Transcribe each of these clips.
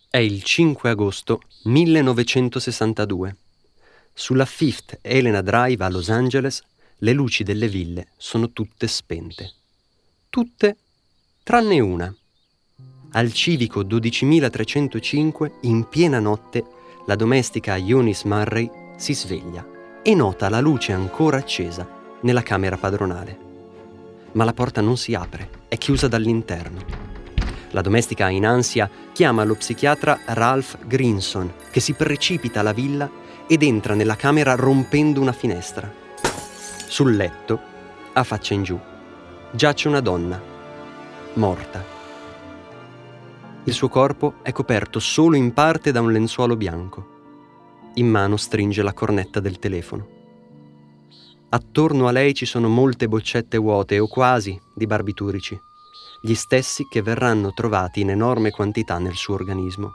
È il 5 agosto 1962. Sulla Fifth Helena Drive a Los Angeles le luci delle ville sono tutte spente. Tutte tranne una. Al civico 12305, in piena notte, la domestica Eunice Murray si sveglia e nota la luce ancora accesa nella camera padronale. Ma la porta non si apre, è chiusa dall'interno. La domestica, in ansia, chiama lo psichiatra Ralph Grinson, che si precipita alla villa ed entra nella camera rompendo una finestra. Sul letto, a faccia in giù, giace una donna, morta. Il suo corpo è coperto solo in parte da un lenzuolo bianco. In mano stringe la cornetta del telefono. Attorno a lei ci sono molte boccette vuote, o quasi, di barbiturici, gli stessi che verranno trovati in enorme quantità nel suo organismo.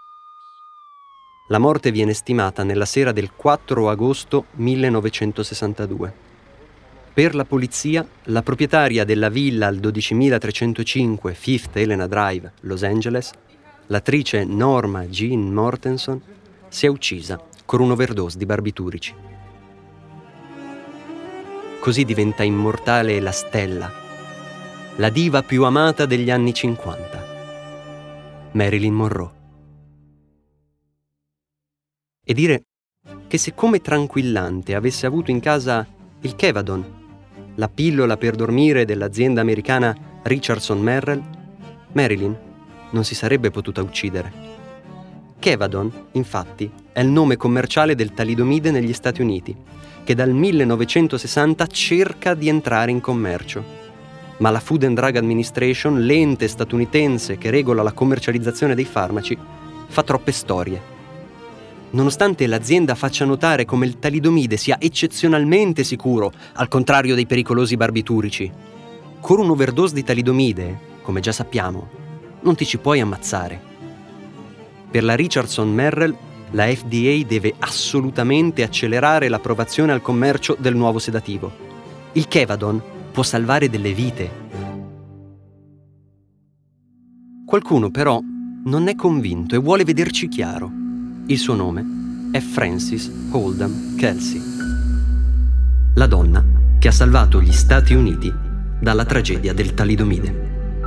La morte viene stimata nella sera del 4 agosto 1962. Per la polizia, la proprietaria della villa al 12305 Fifth Helena Drive, Los Angeles, l'attrice Norma Jean Mortenson, si è uccisa con un'overdose di barbiturici. Così diventa immortale la Stella, la diva più amata degli anni 50, Marilyn Monroe. E dire che se come tranquillante avesse avuto in casa il Kevadon, la pillola per dormire dell'azienda americana Richardson Merrell, Marilyn non si sarebbe potuta uccidere. Kevadon, infatti, è il nome commerciale del talidomide negli Stati Uniti, che dal 1960 cerca di entrare in commercio. Ma la Food and Drug Administration, l'ente statunitense che regola la commercializzazione dei farmaci, fa troppe storie. Nonostante l'azienda faccia notare come il talidomide sia eccezionalmente sicuro, al contrario dei pericolosi barbiturici, con un'overdose di talidomide, come già sappiamo, non ti ci puoi ammazzare. Per la Richardson Merrell, la FDA deve assolutamente accelerare l'approvazione al commercio del nuovo sedativo. Il Kevadon può salvare delle vite. Qualcuno però non è convinto e vuole vederci chiaro. Il suo nome è Frances Oldham Kelsey, la donna che ha salvato gli Stati Uniti dalla tragedia del talidomide.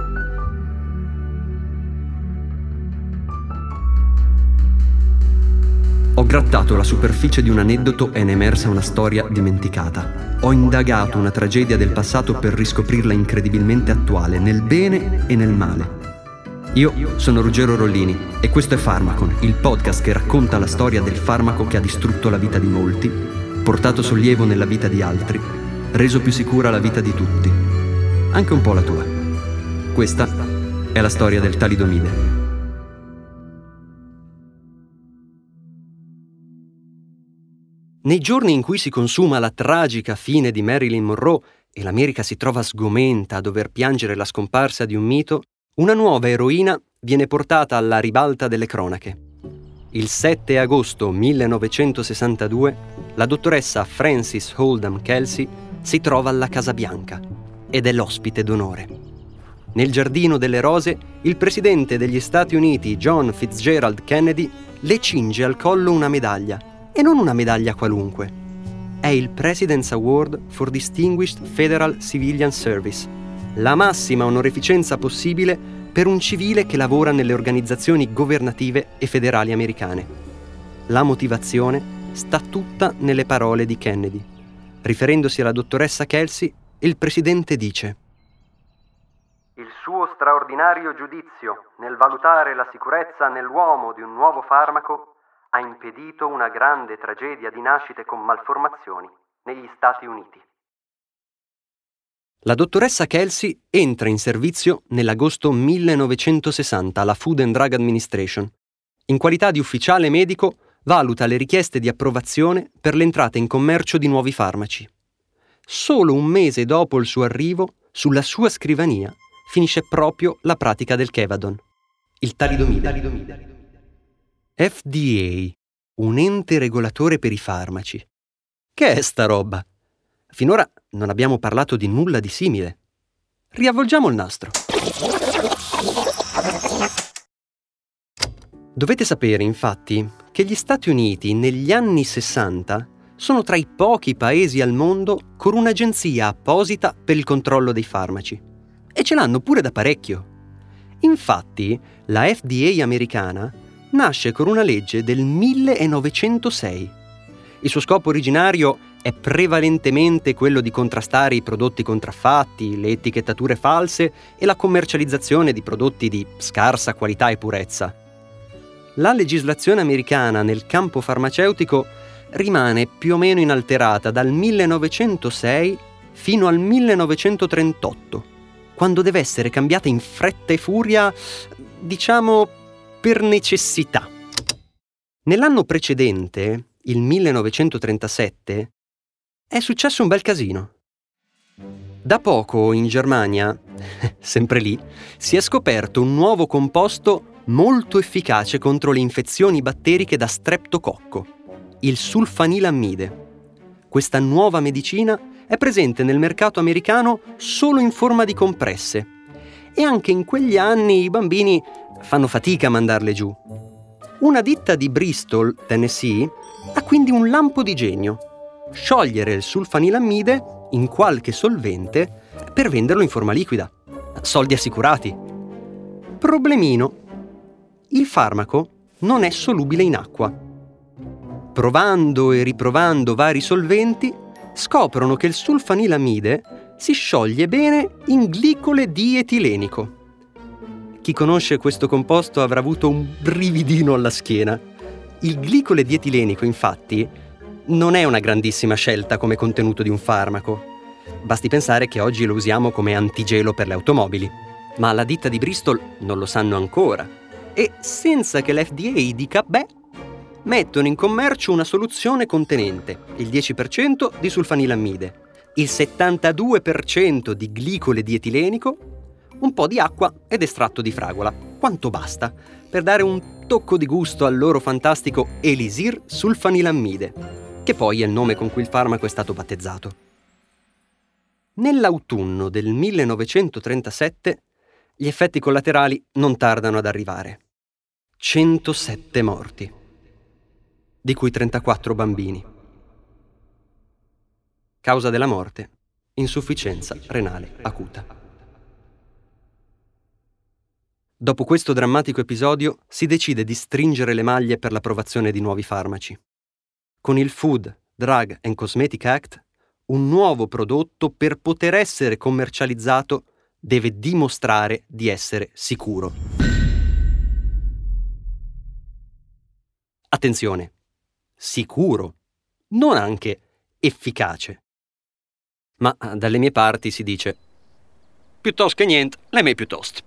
Ho grattato la superficie di un aneddoto e ne è emersa una storia dimenticata. Ho indagato una tragedia del passato per riscoprirla incredibilmente attuale, nel bene e nel male. Io sono Ruggero Rollini e questo è Pharmacon, il podcast che racconta la storia del farmaco che ha distrutto la vita di molti, portato sollievo nella vita di altri, reso più sicura la vita di tutti, anche un po' la tua. Questa è la storia del talidomide. Nei giorni in cui si consuma la tragica fine di Marilyn Monroe e l'America si trova sgomenta a dover piangere la scomparsa di un mito, una nuova eroina viene portata alla ribalta delle cronache. Il 7 agosto 1962, la dottoressa Frances Oldham Kelsey si trova alla Casa Bianca ed è l'ospite d'onore. Nel giardino delle rose, il presidente degli Stati Uniti, John Fitzgerald Kennedy, le cinge al collo una medaglia, e non una medaglia qualunque. È il President's Award for Distinguished Federal Civilian Service, la massima onorificenza possibile per un civile che lavora nelle organizzazioni governative e federali americane. La motivazione sta tutta nelle parole di Kennedy. Riferendosi alla dottoressa Kelsey, il presidente dice: «Il suo straordinario giudizio nel valutare la sicurezza nell'uomo di un nuovo farmaco ha impedito una grande tragedia di nascite con malformazioni negli Stati Uniti». La dottoressa Kelsey entra in servizio nell'agosto 1960 alla Food and Drug Administration. In qualità di ufficiale medico, valuta le richieste di approvazione per l'entrata in commercio di nuovi farmaci. Solo un mese dopo il suo arrivo, sulla sua scrivania, finisce proprio la pratica del Kevadon, il talidomide. FDA, un ente regolatore per i farmaci. Che è sta roba? Finora non abbiamo parlato di nulla di simile. Riavvolgiamo il nastro. Dovete sapere, infatti, che gli Stati Uniti negli anni 60 sono tra i pochi paesi al mondo con un'agenzia apposita per il controllo dei farmaci. E ce l'hanno pure da parecchio. Infatti, la FDA americana nasce con una legge del 1906. Il suo scopo originario è prevalentemente quello di contrastare i prodotti contraffatti, le etichettature false e la commercializzazione di prodotti di scarsa qualità e purezza. La legislazione americana nel campo farmaceutico rimane più o meno inalterata dal 1906 fino al 1938, quando deve essere cambiata in fretta e furia, diciamo per necessità. Nell'anno precedente, il 1937, è successo un bel casino. Da poco in Germania, sempre lì, si è scoperto un nuovo composto molto efficace contro le infezioni batteriche da streptococco, il sulfanilammide. Questa nuova medicina è presente nel mercato americano solo in forma di compresse e anche in quegli anni i bambini fanno fatica a mandarle giù. Una ditta di Bristol, Tennessee, ha quindi un lampo di genio: sciogliere il sulfanilammide in qualche solvente per venderlo in forma liquida. Soldi assicurati. Problemino: il farmaco non è solubile in acqua. Provando e riprovando vari solventi, scoprono che il sulfanilamide si scioglie bene in glicole di etilenico. Chi conosce questo composto avrà avuto un brividino alla schiena. Il glicole di etilenico, infatti, non è una grandissima scelta come contenuto di un farmaco. Basti pensare che oggi lo usiamo come antigelo per le automobili. Ma alla ditta di Bristol non lo sanno ancora. E senza che l'FDA dica beh, mettono in commercio una soluzione contenente il 10% di sulfanilammide, il 72% di glicole di etilenico, un po' di acqua ed estratto di fragola. Quanto basta per dare un tocco di gusto al loro fantastico Elisir sulfanilammide, che poi è il nome con cui il farmaco è stato battezzato. Nell'autunno del 1937 gli effetti collaterali non tardano ad arrivare. 107 morti, di cui 34 bambini. Causa della morte: insufficienza renale acuta. Dopo questo drammatico episodio si decide di stringere le maglie per l'approvazione di nuovi farmaci. Con il Food, Drug and Cosmetic Act, un nuovo prodotto, per poter essere commercializzato, deve dimostrare di essere sicuro. Attenzione, sicuro, non anche efficace. Ma dalle mie parti si dice: piuttosto che niente, le me piuttosto.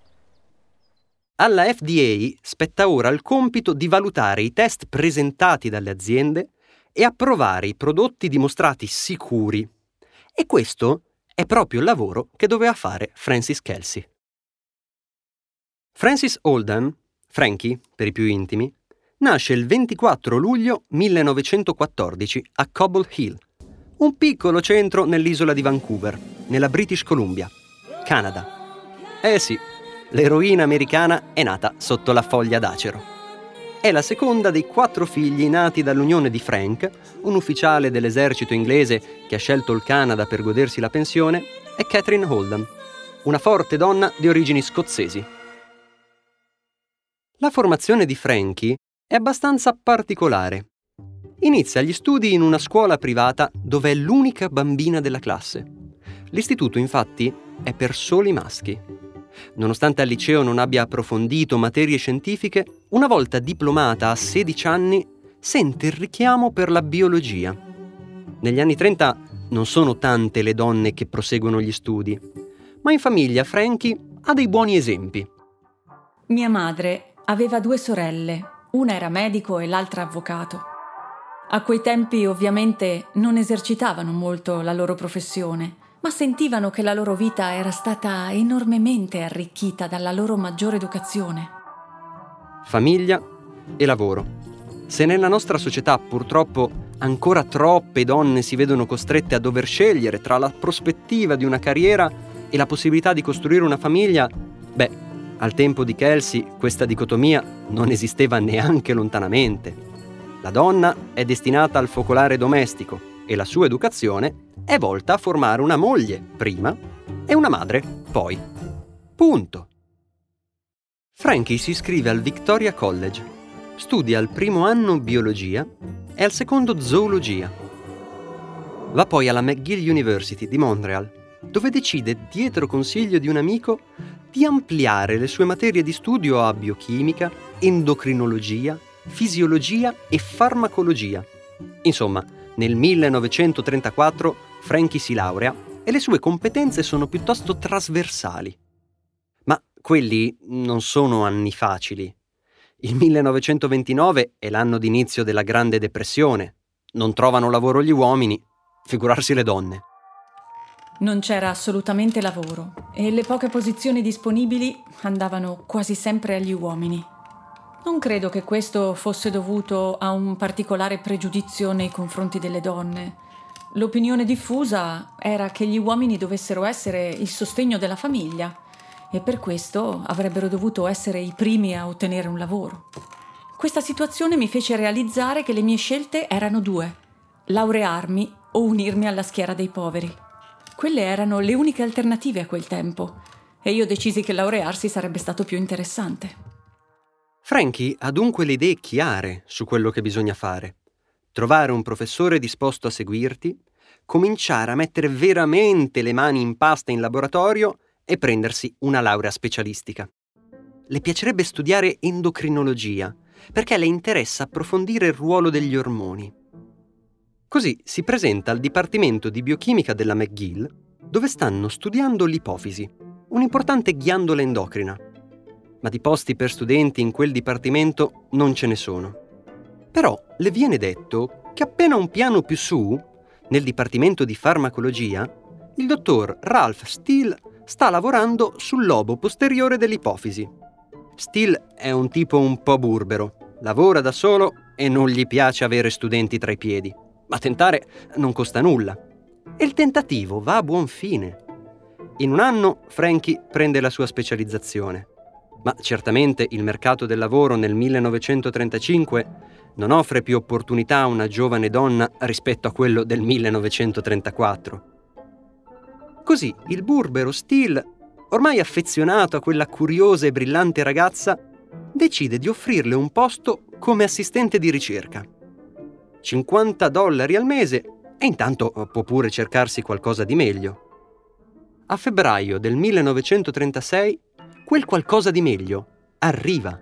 Alla FDA spetta ora il compito di valutare i test presentati dalle aziende e approvare i prodotti dimostrati sicuri. E questo è proprio il lavoro che doveva fare Francis Kelsey. Francis Oldham, Frankie per i più intimi, nasce il 24 luglio 1914 a Cobble Hill, un piccolo centro nell'isola di Vancouver, nella British Columbia, Canada. Sì, l'eroina americana è nata sotto la foglia d'acero. È la seconda dei 4 figli nati dall'unione di Frank, un ufficiale dell'esercito inglese che ha scelto il Canada per godersi la pensione, e Catherine Oldham, una forte donna di origini scozzesi. La formazione di Frankie è abbastanza particolare. Inizia gli studi in una scuola privata dove è l'unica bambina della classe. L'istituto, infatti, è per soli maschi. Nonostante al liceo non abbia approfondito materie scientifiche, una volta diplomata a 16 anni sente il richiamo per la biologia. Negli anni 30 non sono tante le donne che proseguono gli studi, ma in famiglia Frankie ha dei buoni esempi. Mia madre aveva 2 sorelle, una era medico e l'altra avvocato. A quei tempi ovviamente non esercitavano molto la loro professione, ma sentivano che la loro vita era stata enormemente arricchita dalla loro maggiore educazione. Famiglia e lavoro. Se nella nostra società purtroppo ancora troppe donne si vedono costrette a dover scegliere tra la prospettiva di una carriera e la possibilità di costruire una famiglia, Al tempo di Kelsey questa dicotomia non esisteva neanche lontanamente. La donna è destinata al focolare domestico e la sua educazione è volta a formare una moglie prima e una madre poi. Punto. Frankie si iscrive al Victoria College, studia al primo anno biologia e al secondo zoologia. Va poi alla McGill University di Montreal, dove decide, dietro consiglio di un amico, di ampliare le sue materie di studio a biochimica, endocrinologia, fisiologia e farmacologia. Insomma, nel 1934 Frankie si laurea e le sue competenze sono piuttosto trasversali. Ma quelli non sono anni facili. Il 1929 è l'anno d'inizio della Grande Depressione. Non trovano lavoro gli uomini, figurarsi le donne. Non c'era assolutamente lavoro e le poche posizioni disponibili andavano quasi sempre agli uomini. Non credo che questo fosse dovuto a un particolare pregiudizio nei confronti delle donne. L'opinione diffusa era che gli uomini dovessero essere il sostegno della famiglia e per questo avrebbero dovuto essere i primi a ottenere un lavoro. Questa situazione mi fece realizzare che le mie scelte erano due: laurearmi o unirmi alla schiera dei poveri. Quelle erano le uniche alternative a quel tempo e io decisi che laurearsi sarebbe stato più interessante. Frankie ha dunque le idee chiare su quello che bisogna fare. Trovare un professore disposto a seguirti, cominciare a mettere veramente le mani in pasta in laboratorio e prendersi una laurea specialistica. Le piacerebbe studiare endocrinologia, perché le interessa approfondire il ruolo degli ormoni. Così si presenta al Dipartimento di Biochimica della McGill, dove stanno studiando l'ipofisi, un'importante ghiandola endocrina. Ma di posti per studenti in quel dipartimento non ce ne sono. Però le viene detto che appena un piano più su, nel Dipartimento di Farmacologia, il dottor Ralph Steele sta lavorando sul lobo posteriore dell'ipofisi. Steele è un tipo un po' burbero, lavora da solo e non gli piace avere studenti tra i piedi. Ma tentare non costa nulla. E il tentativo va a buon fine. In un anno Frankie prende la sua specializzazione. Ma certamente il mercato del lavoro nel 1935 non offre più opportunità a una giovane donna rispetto a quello del 1934. Così il burbero Steele, ormai affezionato a quella curiosa e brillante ragazza, decide di offrirle un posto come assistente di ricerca. $50 al mese e intanto può pure cercarsi qualcosa di meglio. A febbraio del 1936 quel qualcosa di meglio arriva.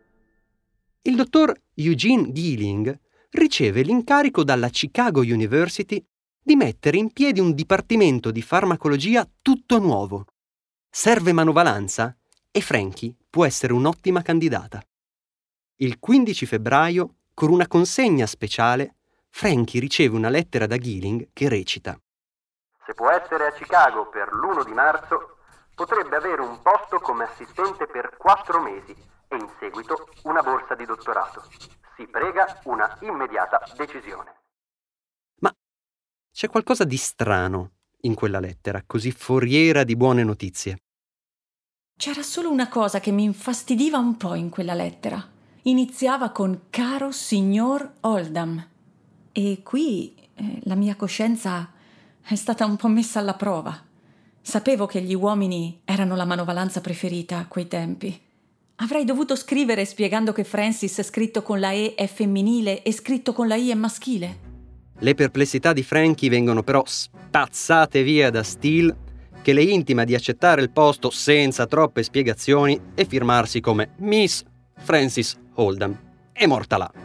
Il dottor Eugene Geeling riceve l'incarico dalla Chicago University di mettere in piedi un dipartimento di farmacologia tutto nuovo. Serve manovalanza e Frankie può essere un'ottima candidata. Il 15 febbraio, con una consegna speciale, Frankie riceve una lettera da Geeling che recita: se può essere a Chicago per l'1 di marzo, potrebbe avere un posto come assistente per 4 mesi e in seguito una borsa di dottorato. Si prega una immediata decisione. Ma c'è qualcosa di strano in quella lettera, così foriera di buone notizie. C'era solo una cosa che mi infastidiva un po' in quella lettera. Iniziava con «Caro signor Oldham». E qui la mia coscienza è stata un po' messa alla prova. Sapevo che gli uomini erano la manovalanza preferita a quei tempi. Avrei dovuto scrivere spiegando che Francis scritto con la E è femminile e scritto con la I è maschile. Le perplessità di Frankie vengono però spazzate via da Steele, che le intima di accettare il posto senza troppe spiegazioni e firmarsi come Miss Francis Oldham. È morta là.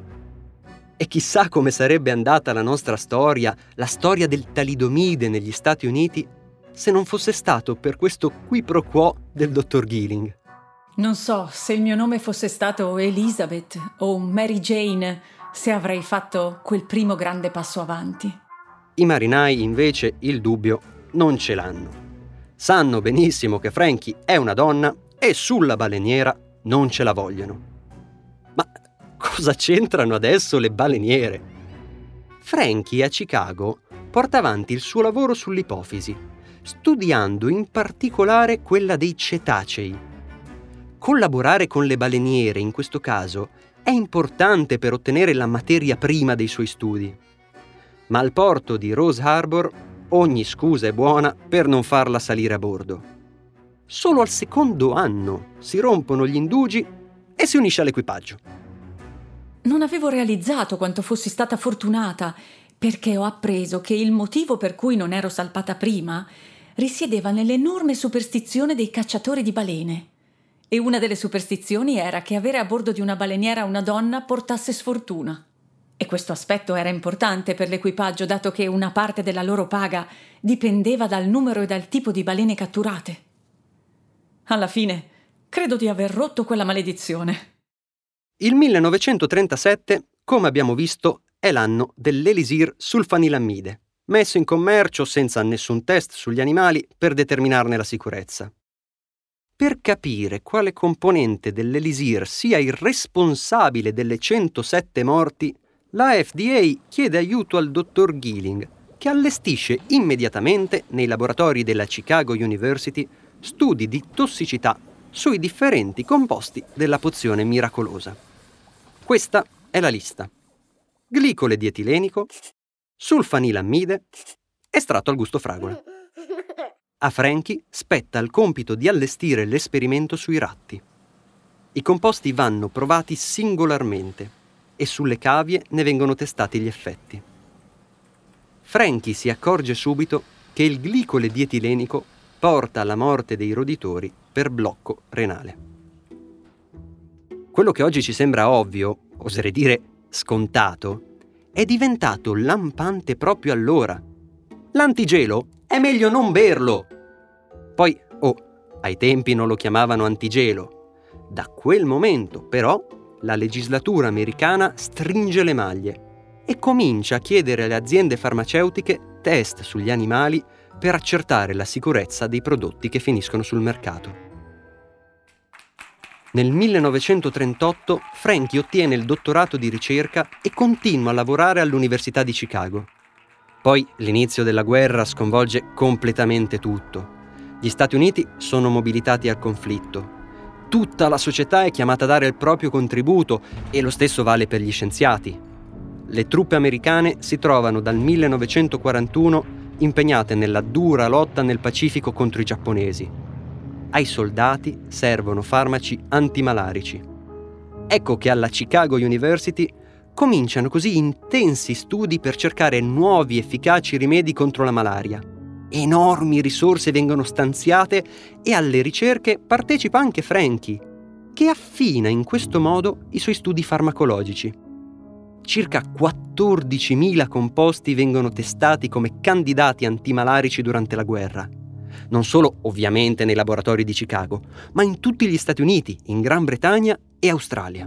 E chissà come sarebbe andata la nostra storia, la storia del talidomide negli Stati Uniti, se non fosse stato per questo qui pro quo del dottor Geeling. Non so se il mio nome fosse stato Elizabeth o Mary Jane, se avrei fatto quel primo grande passo avanti. I marinai, invece, il dubbio non ce l'hanno. Sanno benissimo che Frankie è una donna e sulla baleniera non ce la vogliono. Ma cosa c'entrano adesso le baleniere? Frankie a Chicago porta avanti il suo lavoro sull'ipofisi, studiando in particolare quella dei cetacei. Collaborare con le baleniere, in questo caso, è importante per ottenere la materia prima dei suoi studi. Ma al porto di Rose Harbor ogni scusa è buona per non farla salire a bordo. Solo al secondo anno si rompono gli indugi e si unisce all'equipaggio. Non avevo realizzato quanto fossi stata fortunata, perché ho appreso che il motivo per cui non ero salpata prima risiedeva nell'enorme superstizione dei cacciatori di balene. E una delle superstizioni era che avere a bordo di una baleniera una donna portasse sfortuna. E questo aspetto era importante per l'equipaggio, dato che una parte della loro paga dipendeva dal numero e dal tipo di balene catturate. Alla fine, credo di aver rotto quella maledizione. Il 1937, come abbiamo visto, è l'anno dell'elisir sulfanilammide, messo in commercio senza nessun test sugli animali per determinarne la sicurezza. Per capire quale componente dell'elisir sia il responsabile delle 107 morti, la FDA chiede aiuto al dottor Gilling, che allestisce immediatamente nei laboratori della Chicago University studi di tossicità sui differenti composti della pozione miracolosa. Questa è la lista: glicole di etilenico, sulfanilammide, estratto al gusto fragola. A Frankie spetta il compito di allestire l'esperimento sui ratti. I composti vanno provati singolarmente e sulle cavie ne vengono testati gli effetti. Frankie si accorge subito che il glicole di etilenico porta alla morte dei roditori per blocco renale. Quello che oggi ci sembra ovvio, oserei dire scontato, è diventato lampante proprio allora. L'antigelo è meglio non berlo. Poi, ai tempi non lo chiamavano antigelo. Da quel momento, però, la legislatura americana stringe le maglie e comincia a chiedere alle aziende farmaceutiche test sugli animali per accertare la sicurezza dei prodotti che finiscono sul mercato. Nel 1938 Frankie ottiene il dottorato di ricerca e continua a lavorare all'Università di Chicago. Poi l'inizio della guerra sconvolge completamente tutto. Gli Stati Uniti sono mobilitati al conflitto. Tutta la società è chiamata a dare il proprio contributo e lo stesso vale per gli scienziati. Le truppe americane si trovano dal 1941 impegnate nella dura lotta nel Pacifico contro i giapponesi. Ai soldati servono farmaci antimalarici. Ecco che alla Chicago University cominciano così intensi studi per cercare nuovi efficaci rimedi contro la malaria. Enormi risorse vengono stanziate e alle ricerche partecipa anche Frankie, che affina in questo modo i suoi studi farmacologici. Circa 14.000 composti vengono testati come candidati antimalarici durante la guerra. Non solo ovviamente nei laboratori di Chicago, ma in tutti gli Stati Uniti, in Gran Bretagna e Australia.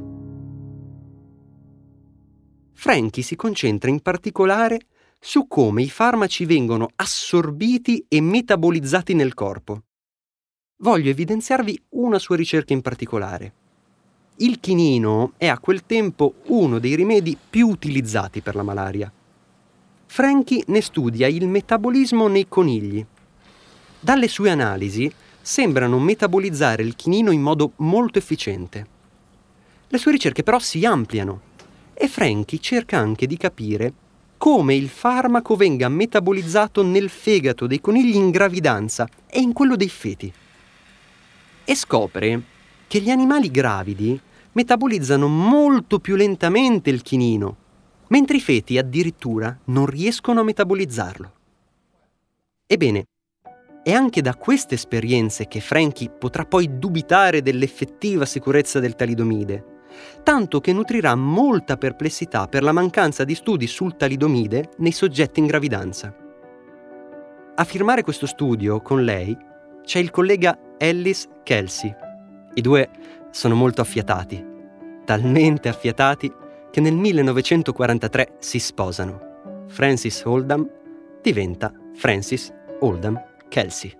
Frankie si concentra in particolare su come i farmaci vengono assorbiti e metabolizzati nel corpo. Voglio evidenziarvi una sua ricerca in particolare. Il chinino è a quel tempo uno dei rimedi più utilizzati per la malaria. Frankie ne studia il metabolismo nei conigli. Dalle sue analisi sembrano metabolizzare il chinino in modo molto efficiente. Le sue ricerche però si ampliano e Frankie cerca anche di capire come il farmaco venga metabolizzato nel fegato dei conigli in gravidanza e in quello dei feti. E scopre che gli animali gravidi metabolizzano molto più lentamente il chinino, mentre i feti addirittura non riescono a metabolizzarlo. Ebbene, è anche da queste esperienze che Frankie potrà poi dubitare dell'effettiva sicurezza del talidomide, tanto che nutrirà molta perplessità per la mancanza di studi sul talidomide nei soggetti in gravidanza. A firmare questo studio con lei c'è il collega Ellis Kelsey. I due sono molto affiatati, talmente affiatati che nel 1943 si sposano. Francis Oldham diventa Francis Oldham Kelsey.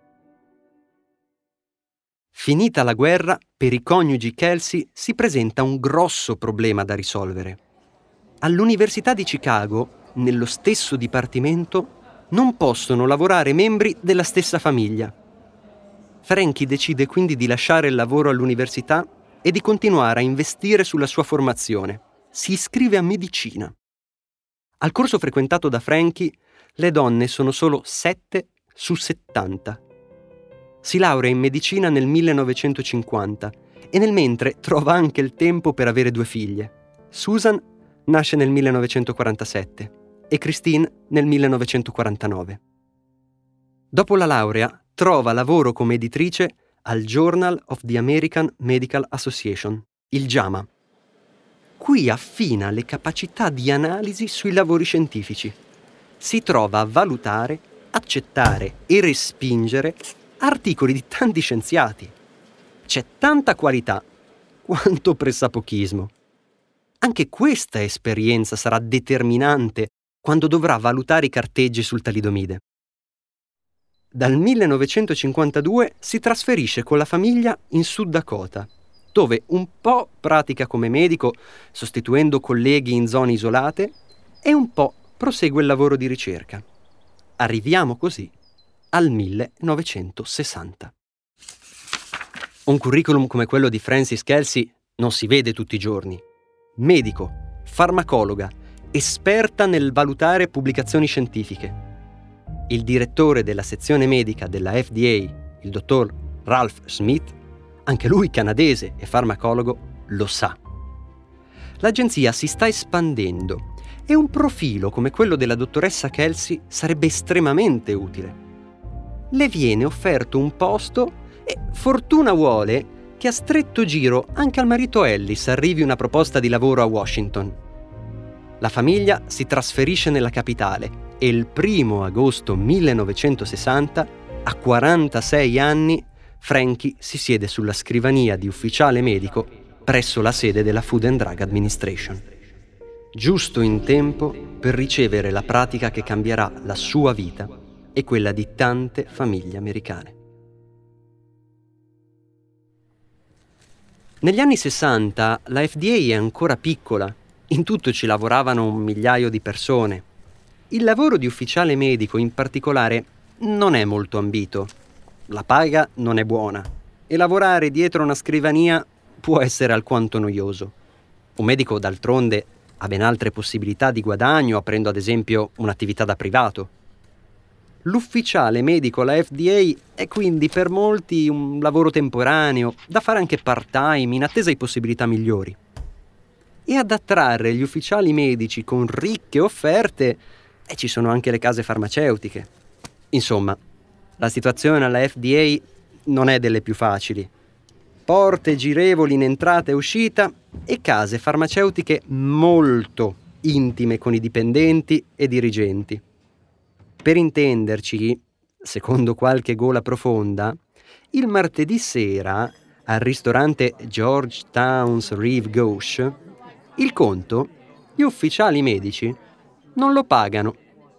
Finita la guerra, per i coniugi Kelsey si presenta un grosso problema da risolvere. All'Università di Chicago, nello stesso dipartimento, non possono lavorare membri della stessa famiglia. Frankie decide quindi di lasciare il lavoro all'università e di continuare a investire sulla sua formazione. Si iscrive a medicina. Al corso frequentato da Frankie, le donne sono solo 7 su 70. Si laurea in medicina nel 1950 e nel mentre trova anche il tempo per avere 2 figlie. Susan nasce nel 1947 e Christine nel 1949. Dopo la laurea trova lavoro come editrice al Journal of the American Medical Association, il JAMA. Qui affina le capacità di analisi sui lavori scientifici. Si trova a valutare, accettare e respingere articoli di tanti scienziati. C'è tanta qualità, quanto pressapochismo. Anche questa esperienza sarà determinante quando dovrà valutare i carteggi sul talidomide. Dal 1952 si trasferisce con la famiglia in Sud Dakota, dove un po' pratica come medico, sostituendo colleghi in zone isolate, e un po' prosegue il lavoro di ricerca. Arriviamo così al 1960. Un curriculum come quello di Frances Kelsey non si vede tutti i giorni. Medico, farmacologa, esperta nel valutare pubblicazioni scientifiche. Il direttore della sezione medica della FDA, il dottor Ralph Smith, anche lui canadese e farmacologo, lo sa. L'agenzia si sta espandendo e un profilo come quello della dottoressa Kelsey sarebbe estremamente utile. Le viene offerto un posto e fortuna vuole che a stretto giro anche al marito Ellis arrivi una proposta di lavoro a Washington. La famiglia si trasferisce nella capitale e il 1 agosto 1960, a 46 anni, Frankie si siede sulla scrivania di ufficiale medico presso la sede della Food and Drug Administration. Giusto in tempo per ricevere la pratica che cambierà la sua vita e quella di tante famiglie americane. Negli anni 60 la FDA è ancora piccola, in tutto ci lavoravano 1 migliaio di persone. Il lavoro di ufficiale medico in particolare non è molto ambito, la paga non è buona e lavorare dietro una scrivania può essere alquanto noioso. Un medico d'altronde ha ben altre possibilità di guadagno aprendo ad esempio un'attività da privato. L'ufficiale medico alla FDA è quindi per molti un lavoro temporaneo, da fare anche part-time in attesa di possibilità migliori. E ad attrarre gli ufficiali medici con ricche offerte ci sono anche le case farmaceutiche. Insomma, la situazione alla FDA non è delle più facili. Porte girevoli in entrata e uscita e case farmaceutiche molto intime con i dipendenti e dirigenti. Per intenderci, secondo qualche gola profonda, il martedì sera al ristorante Georgetown's Rive Gauche il conto gli ufficiali medici non lo pagano.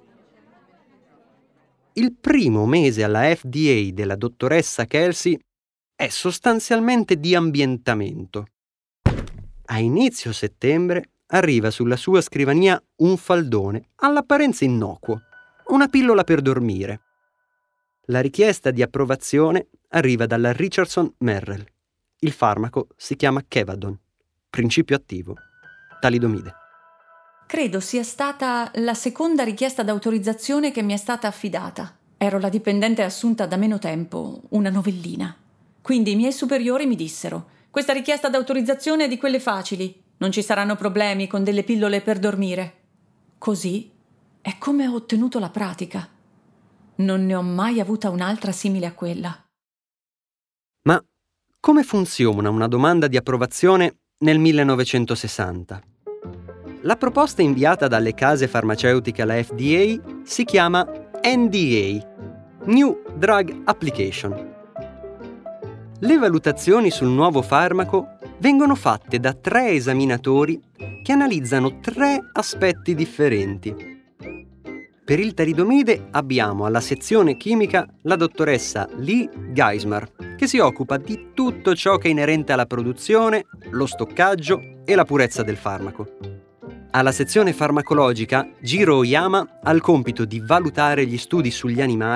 Il primo mese alla FDA della dottoressa Kelsey è sostanzialmente di ambientamento. A inizio settembre arriva sulla sua scrivania un faldone all'apparenza innocuo, una pillola per dormire. La richiesta di approvazione arriva dalla Richardson Merrell. Il farmaco si chiama Kevadon, principio attivo, talidomide. Credo sia stata la seconda richiesta d'autorizzazione che mi è stata affidata. Ero la dipendente assunta da meno tempo, una novellina. Quindi i miei superiori mi dissero: questa richiesta d'autorizzazione è di quelle facili, non ci saranno problemi con delle pillole per dormire. Così è come ho ottenuto la pratica. Non ne ho mai avuta un'altra simile a quella. Ma come funziona una domanda di approvazione nel 1960? La proposta inviata dalle case farmaceutiche alla FDA si chiama NDA, New Drug Application. Le valutazioni sul nuovo farmaco vengono fatte da 3 esaminatori che analizzano 3 aspetti differenti. Per il talidomide abbiamo alla sezione chimica la dottoressa Lee Geismar, che si occupa di tutto ciò che è inerente alla produzione, lo stoccaggio e la purezza del farmaco. Alla sezione farmacologica, Jiro Oyama ha il compito di valutare gli studi sugli animali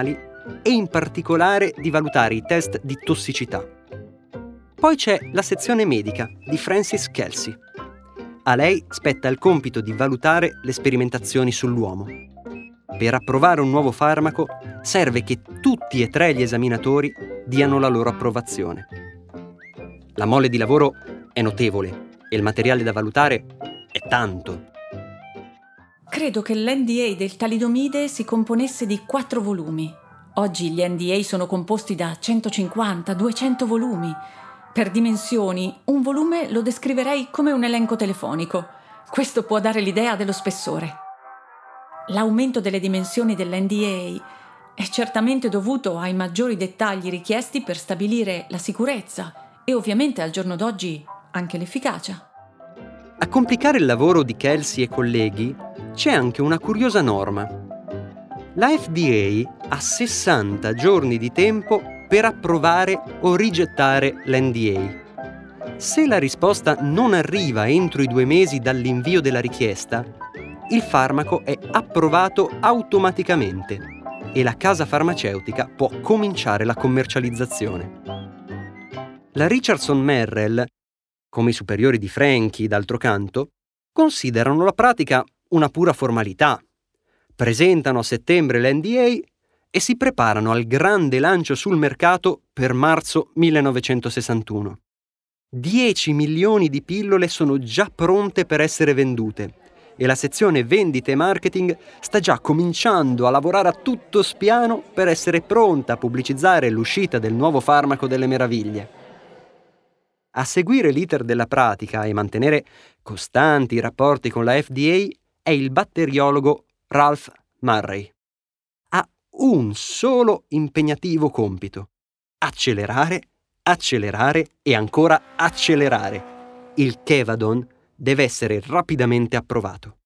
e in particolare di valutare i test di tossicità. Poi c'è la sezione medica di Frances Kelsey. A lei spetta il compito di valutare le sperimentazioni sull'uomo. Per approvare un nuovo farmaco serve che tutti e 3 gli esaminatori diano la loro approvazione. La mole di lavoro è notevole e il materiale da valutare è tanto. Credo che l'NDA del talidomide si componesse di 4 volumi. Oggi gli NDA sono composti da 150-200 volumi. Per dimensioni, un volume lo descriverei come un elenco telefonico. Questo può dare l'idea dello spessore. L'aumento delle dimensioni dell'NDA è certamente dovuto ai maggiori dettagli richiesti per stabilire la sicurezza e ovviamente al giorno d'oggi anche l'efficacia. A complicare il lavoro di Kelsey e colleghi c'è anche una curiosa norma. La FDA ha 60 giorni di tempo per approvare o rigettare l'NDA. Se la risposta non arriva entro i 2 mesi dall'invio della richiesta, il farmaco è approvato automaticamente e la casa farmaceutica può cominciare la commercializzazione. La Richardson Merrell, come i superiori di Franchi, d'altro canto, considerano la pratica una pura formalità. Presentano a settembre l'NDA e si preparano al grande lancio sul mercato per marzo 1961. 10 milioni di pillole sono già pronte per essere vendute e la sezione vendite e marketing sta già cominciando a lavorare a tutto spiano per essere pronta a pubblicizzare l'uscita del nuovo farmaco delle meraviglie. A seguire l'iter della pratica e mantenere costanti rapporti con la FDA è il batteriologo Ralph Murray. Ha un solo impegnativo compito: accelerare, accelerare e ancora accelerare. Il Kevadon deve essere rapidamente approvato.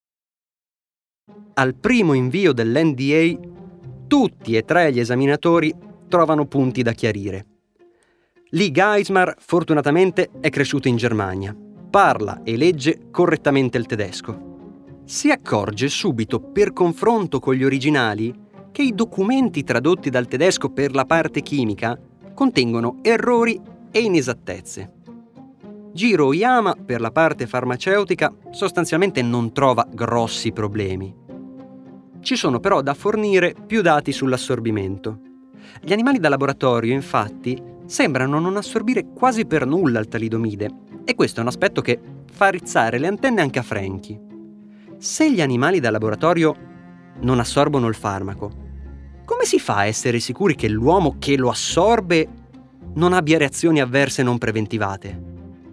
Al primo invio dell'NDA, tutti e 3 gli esaminatori trovano punti da chiarire. Lee Geismar, fortunatamente, è cresciuto in Germania. Parla e legge correttamente il tedesco. Si accorge subito, per confronto con gli originali, che i documenti tradotti dal tedesco per la parte chimica contengono errori e inesattezze. Jiro Oyama, per la parte farmaceutica, sostanzialmente non trova grossi problemi. Ci sono però da fornire più dati sull'assorbimento. Gli animali da laboratorio, infatti, sembrano non assorbire quasi per nulla il talidomide, e questo è un aspetto che fa rizzare le antenne anche a Franchi. Se gli animali da laboratorio non assorbono il farmaco, come si fa a essere sicuri che l'uomo che lo assorbe non abbia reazioni avverse non preventivate?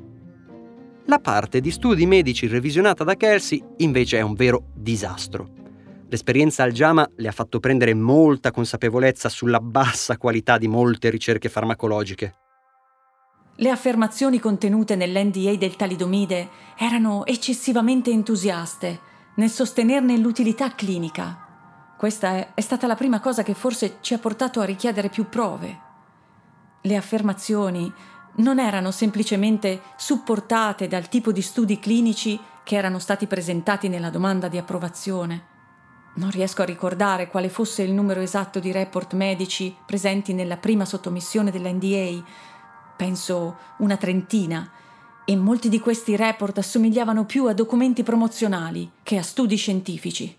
La parte di studi medici revisionata da Kelsey invece è un vero disastro. L'esperienza al JAMA le ha fatto prendere molta consapevolezza sulla bassa qualità di molte ricerche farmacologiche. Le affermazioni contenute nell'NDA del talidomide erano eccessivamente entusiaste nel sostenerne l'utilità clinica. Questa è stata la prima cosa che forse ci ha portato a richiedere più prove. Le affermazioni non erano semplicemente supportate dal tipo di studi clinici che erano stati presentati nella domanda di approvazione. Non riesco a ricordare quale fosse il numero esatto di report medici presenti nella prima sottomissione dell'NDA. Penso una 30, e molti di questi report assomigliavano più a documenti promozionali che a studi scientifici.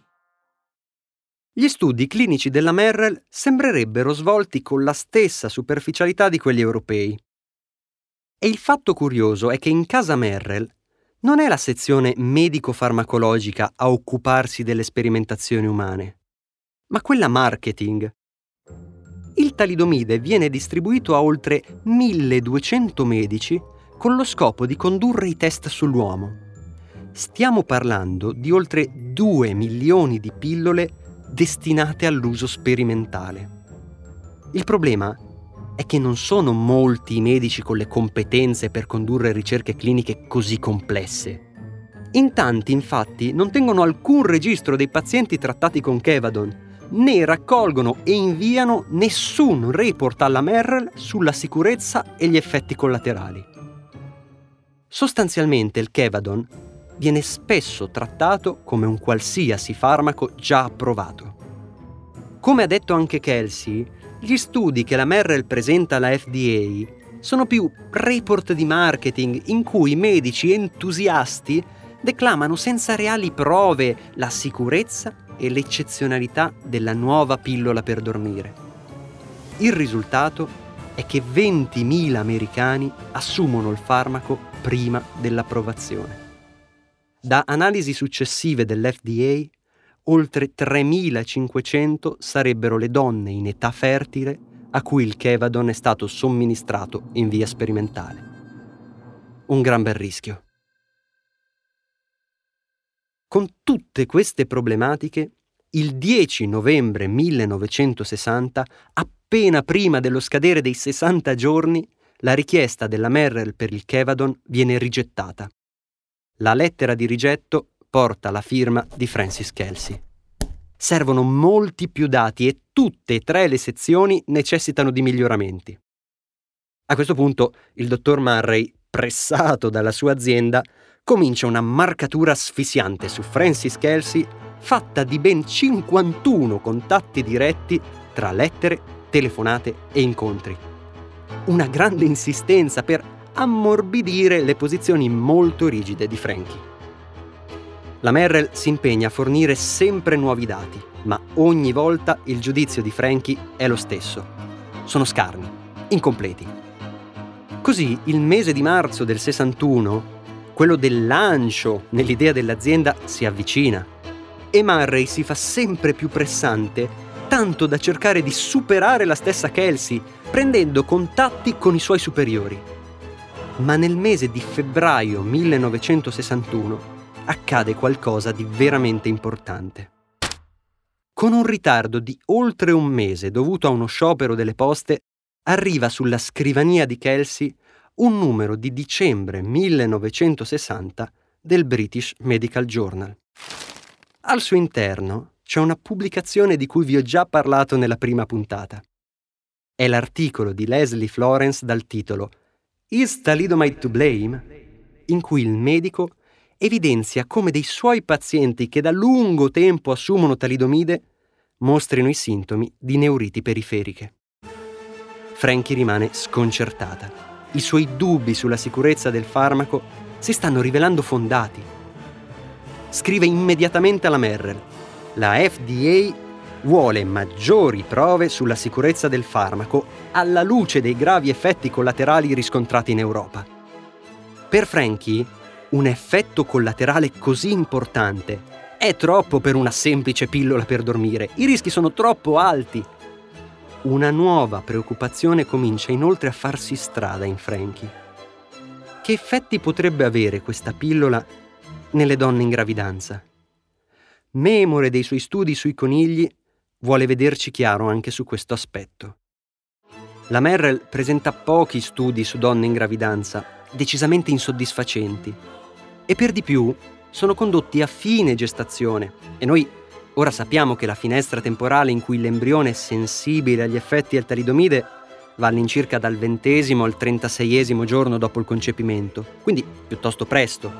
Gli studi clinici della Merrell sembrerebbero svolti con la stessa superficialità di quelli europei. E il fatto curioso è che in casa Merrell non è la sezione medico-farmacologica a occuparsi delle sperimentazioni umane, ma quella marketing. Il talidomide viene distribuito a oltre 1200 medici con lo scopo di condurre i test sull'uomo. Stiamo parlando di oltre 2 milioni di pillole destinate all'uso sperimentale. Il problema è che non sono molti i medici con le competenze per condurre ricerche cliniche così complesse. In tanti, infatti, non tengono alcun registro dei pazienti trattati con Kevadon, né raccolgono e inviano nessun report alla Merrell sulla sicurezza e gli effetti collaterali. Sostanzialmente il Kevadon viene spesso trattato come un qualsiasi farmaco già approvato. Come ha detto anche Kelsey, Gli studi che la Merrell presenta alla FDA sono più report di marketing in cui medici entusiasti declamano senza reali prove la sicurezza e l'eccezionalità della nuova pillola per dormire. Il risultato è che 20.000 americani assumono il farmaco prima dell'approvazione. Da analisi successive dell'FDA, oltre 3.500 sarebbero le donne in età fertile a cui il Kevadon è stato somministrato in via sperimentale. Un gran bel rischio. Con tutte queste problematiche, il 10 novembre 1960, appena prima dello scadere dei 60 giorni, la richiesta della Merrell per il Kevadon viene rigettata. La lettera di rigetto porta la firma di Francis Kelsey. Servono molti più dati e tutte e 3 le sezioni necessitano di miglioramenti. A questo punto il dottor Murray, pressato dalla sua azienda, comincia una marcatura asfissiante su Francis Kelsey fatta di ben 51 contatti diretti tra lettere, telefonate e incontri. Una grande insistenza per ammorbidire le posizioni molto rigide di Frankie. La Merrell si impegna a fornire sempre nuovi dati, ma ogni volta il giudizio di Frankie è lo stesso. Sono scarni, incompleti. Così il mese di marzo del 61, quello del lancio nell'idea dell'azienda, si avvicina e Murray si fa sempre più pressante, tanto da cercare di superare la stessa Kelsey, prendendo contatti con i suoi superiori. Ma nel mese di febbraio 1961 accade qualcosa di veramente importante. Con un ritardo di oltre un mese dovuto a uno sciopero delle poste, arriva sulla scrivania di Kelsey un numero di dicembre 1960 del British Medical Journal. Al suo interno c'è una pubblicazione di cui vi ho già parlato nella prima puntata. È l'articolo di Leslie Florence dal titolo "Is thalidomide to blame?", in cui il medico evidenzia come dei suoi pazienti che da lungo tempo assumono talidomide mostrino i sintomi di neuriti periferiche. Frankie rimane sconcertata. I suoi dubbi sulla sicurezza del farmaco si stanno rivelando fondati. Scrive immediatamente alla Merrell: la FDA vuole maggiori prove sulla sicurezza del farmaco alla luce dei gravi effetti collaterali riscontrati in Europa. Per Frankie, un effetto collaterale così importante è troppo per una semplice pillola per dormire. I rischi sono troppo alti. Una nuova preoccupazione comincia inoltre a farsi strada in Frankie. Che effetti potrebbe avere questa pillola nelle donne in gravidanza? Memore dei suoi studi sui conigli, vuole vederci chiaro anche su questo aspetto. La Merrell presenta pochi studi su donne in gravidanza, decisamente insoddisfacenti, e per di più sono condotti a fine gestazione, e noi ora sappiamo che la finestra temporale in cui l'embrione è sensibile agli effetti del talidomide va all'incirca dal 20° al 36° giorno dopo il concepimento, quindi piuttosto presto.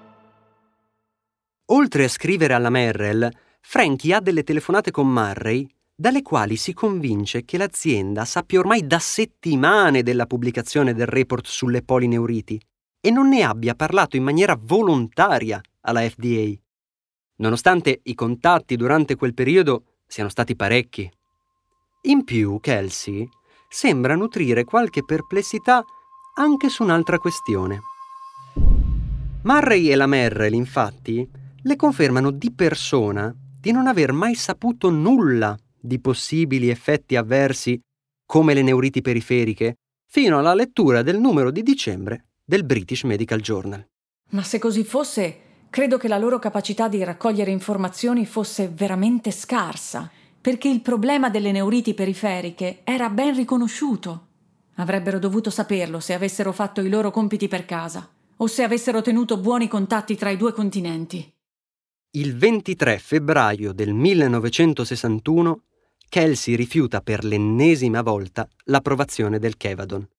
Oltre a scrivere alla Merrell, Frankie ha delle telefonate con Murray, dalle quali si convince che l'azienda sappia ormai da settimane della pubblicazione del report sulle polineuriti e non ne abbia parlato in maniera volontaria alla FDA, nonostante i contatti durante quel periodo siano stati parecchi. In più, Kelsey sembra nutrire qualche perplessità anche su un'altra questione. Murray e la Merrell, infatti, le confermano di persona di non aver mai saputo nulla di possibili effetti avversi come le neuriti periferiche fino alla lettura del numero di dicembre del British Medical Journal. Ma se così fosse, credo che la loro capacità di raccogliere informazioni fosse veramente scarsa, perché il problema delle neuriti periferiche era ben riconosciuto. Avrebbero dovuto saperlo se avessero fatto i loro compiti per casa, o se avessero tenuto buoni contatti tra i 2 continenti. Il 23 febbraio del 1961 Kelsey rifiuta per l'ennesima volta l'approvazione del Kevadon.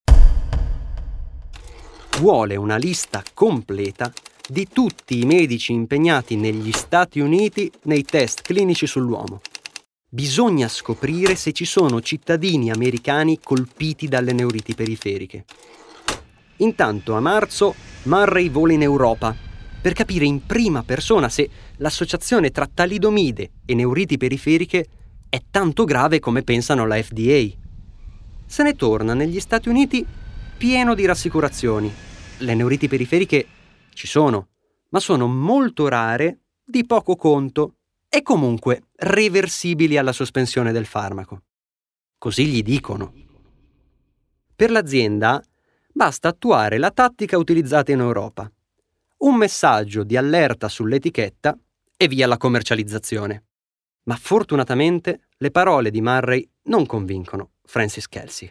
Vuole una lista completa di tutti i medici impegnati negli Stati Uniti nei test clinici sull'uomo. Bisogna scoprire se ci sono cittadini americani colpiti dalle neuriti periferiche. Intanto a marzo Murray vola in Europa per capire in prima persona se l'associazione tra talidomide e neuriti periferiche è tanto grave come pensano la FDA. Se ne torna negli Stati Uniti pieno di rassicurazioni. Le neuriti periferiche ci sono, ma sono molto rare, di poco conto e comunque reversibili alla sospensione del farmaco. Così gli dicono. Per l'azienda basta attuare la tattica utilizzata in Europa. Un messaggio di allerta sull'etichetta e via la commercializzazione. Ma fortunatamente le parole di Murray non convincono Francis Kelsey.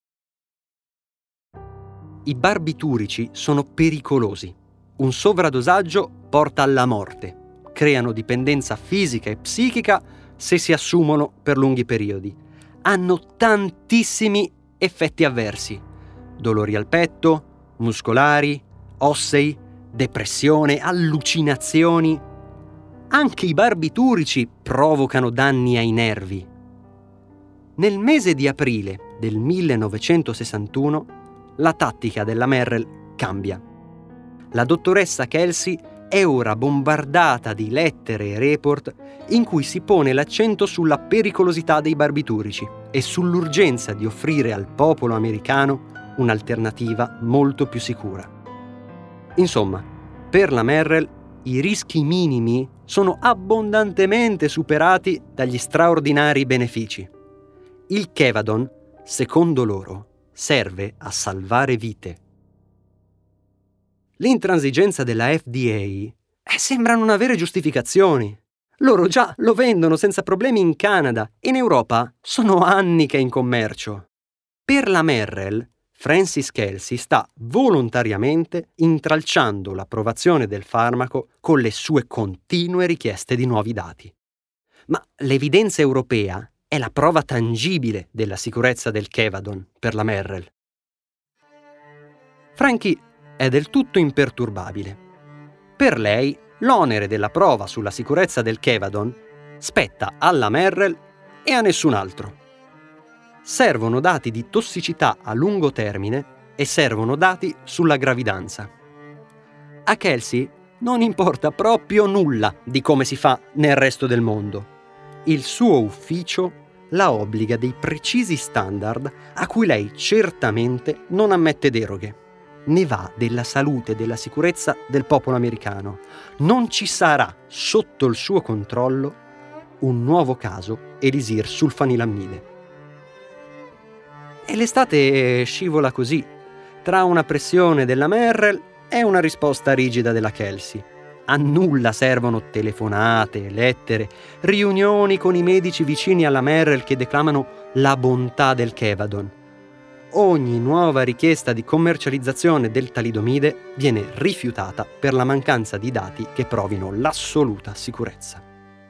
I barbiturici sono pericolosi. Un sovradosaggio porta alla morte. Creano dipendenza fisica e psichica se si assumono per lunghi periodi. Hanno tantissimi effetti avversi. Dolori al petto, muscolari, ossei, depressione, allucinazioni. Anche i barbiturici provocano danni ai nervi. Nel mese di aprile del 1961 la tattica della Merrell cambia. La dottoressa Kelsey è ora bombardata di lettere e report in cui si pone l'accento sulla pericolosità dei barbiturici e sull'urgenza di offrire al popolo americano un'alternativa molto più sicura. Insomma, per la Merrell i rischi minimi sono abbondantemente superati dagli straordinari benefici. Il Kevadon, secondo loro, serve a salvare vite. L'intransigenza della FDA sembra non avere giustificazioni. Loro già lo vendono senza problemi in Canada e in Europa sono anni che è in commercio. Per la Merrell, Francis Kelsey sta volontariamente intralciando l'approvazione del farmaco con le sue continue richieste di nuovi dati. Ma l'evidenza europea è la prova tangibile della sicurezza del Kevadon per la Merrell. Frankie è del tutto imperturbabile. Per lei, l'onere della prova sulla sicurezza del Kevadon spetta alla Merrell e a nessun altro. Servono dati di tossicità a lungo termine e servono dati sulla gravidanza. A Kelsey non importa proprio nulla di come si fa nel resto del mondo. Il suo ufficio la obbliga dei precisi standard a cui lei certamente non ammette deroghe. Ne va della salute e della sicurezza del popolo americano. Non ci sarà sotto il suo controllo un nuovo caso elisir sulfanilammide. E l'estate scivola così, tra una pressione della Merrell e una risposta rigida della Kelsey. A nulla servono telefonate, lettere, riunioni con i medici vicini alla Merrell che declamano la bontà del Kevadon. Ogni nuova richiesta di commercializzazione del talidomide viene rifiutata per la mancanza di dati che provino l'assoluta sicurezza.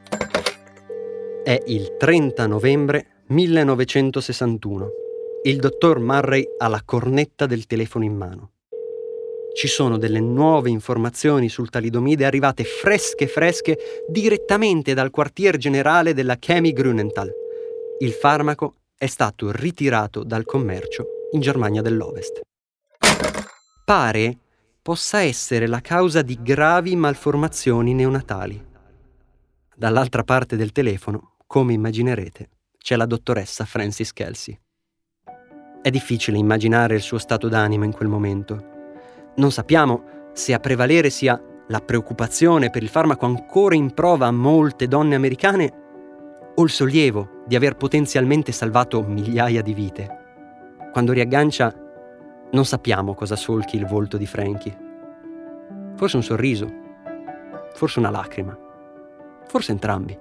È il 30 novembre 1961. Il dottor Murray ha la cornetta del telefono in mano. Ci sono delle nuove informazioni sul talidomide arrivate fresche direttamente dal quartier generale della Chemie Grünenthal. Il farmaco è stato ritirato dal commercio in Germania dell'Ovest. Pare possa essere la causa di gravi malformazioni neonatali. Dall'altra parte del telefono, come immaginerete, c'è la dottoressa Francis Kelsey. È difficile immaginare il suo stato d'animo in quel momento. Non sappiamo se a prevalere sia la preoccupazione per il farmaco ancora in prova a molte donne americane o il sollievo di aver potenzialmente salvato migliaia di vite. Quando riaggancia, non sappiamo cosa solchi il volto di Frankie. Forse un sorriso, forse una lacrima, forse entrambi.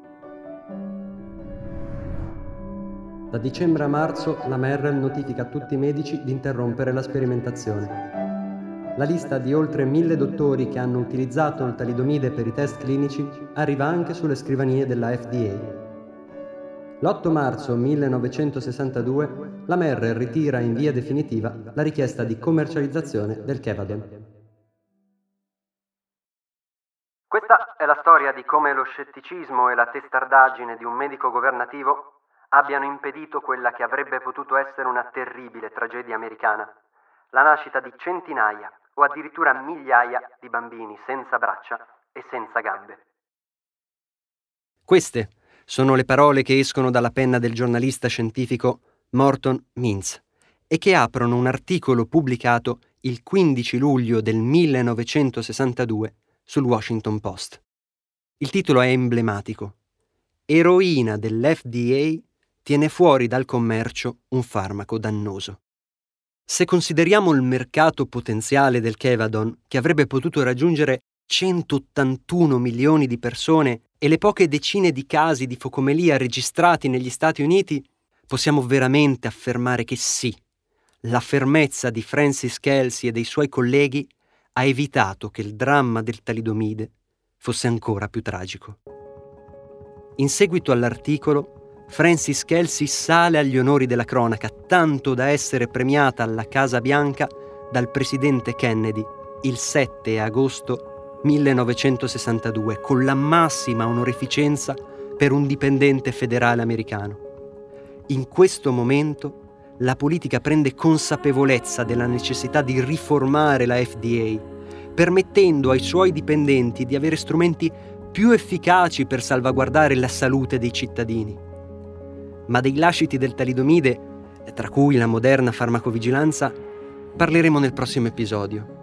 Da dicembre a marzo la Merrell notifica a tutti i medici di interrompere la sperimentazione. La lista di oltre 1000 dottori che hanno utilizzato il talidomide per i test clinici arriva anche sulle scrivanie della FDA. L'8 marzo 1962 la Merrell ritira in via definitiva la richiesta di commercializzazione del Kevadon. Questa è la storia di come lo scetticismo e la testardaggine di un medico governativo abbiano impedito quella che avrebbe potuto essere una terribile tragedia americana, la nascita di centinaia o addirittura migliaia di bambini senza braccia e senza gambe. Queste sono le parole che escono dalla penna del giornalista scientifico Morton Mintz e che aprono un articolo pubblicato il 15 luglio del 1962 sul Washington Post. Il titolo è emblematico. Eroina dell'FDA tiene fuori dal commercio un farmaco dannoso. Se consideriamo il mercato potenziale del Kevadon, che avrebbe potuto raggiungere 181 milioni di persone, e le poche decine di casi di focomelia registrati negli Stati Uniti, possiamo veramente affermare che sì, la fermezza di Francis Kelsey e dei suoi colleghi ha evitato che il dramma del talidomide fosse ancora più tragico. In seguito all'articolo, Francis Kelsey sale agli onori della cronaca, tanto da essere premiata alla Casa Bianca dal presidente Kennedy il 7 agosto 1962 con la massima onorificenza per un dipendente federale americano. In questo momento la politica prende consapevolezza della necessità di riformare la FDA, permettendo ai suoi dipendenti di avere strumenti più efficaci per salvaguardare la salute dei cittadini. Ma dei lasciti del talidomide, tra cui la moderna farmacovigilanza, parleremo nel prossimo episodio.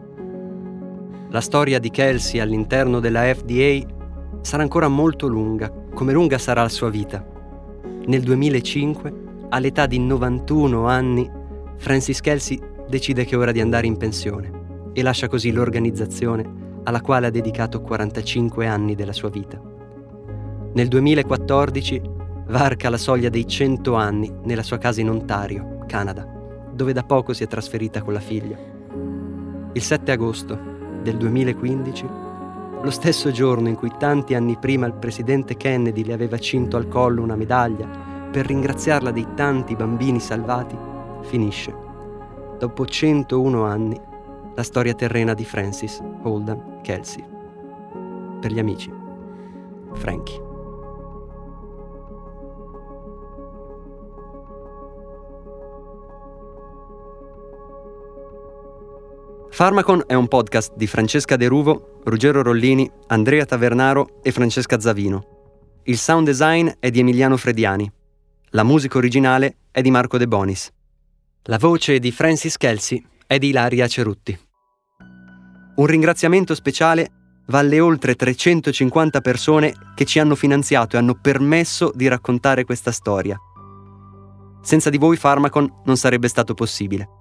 La storia di Kelsey all'interno della FDA sarà ancora molto lunga, come lunga sarà la sua vita. Nel 2005, all'età di 91 anni, Francis Kelsey decide che è ora di andare in pensione e lascia così l'organizzazione alla quale ha dedicato 45 anni della sua vita. Nel 2014 varca la soglia dei 100 anni nella sua casa in Ontario, Canada, dove da poco si è trasferita con la figlia. Il 7 agosto del 2015, lo stesso giorno in cui tanti anni prima il presidente Kennedy le aveva cinto al collo una medaglia per ringraziarla dei tanti bambini salvati, finisce, dopo 101 anni, la storia terrena di Francis Holden Kelsey. Per gli amici, Frankie. Pharmacon è un podcast di Francesca De Ruvo, Ruggero Rollini, Andrea Tavernaro e Francesca Zavino. Il sound design è di Emiliano Frediani. La musica originale è di Marco De Bonis. La voce di Francis Kelsey è di Ilaria Cerutti. Un ringraziamento speciale va alle oltre 350 persone che ci hanno finanziato e hanno permesso di raccontare questa storia. Senza di voi Pharmacon non sarebbe stato possibile.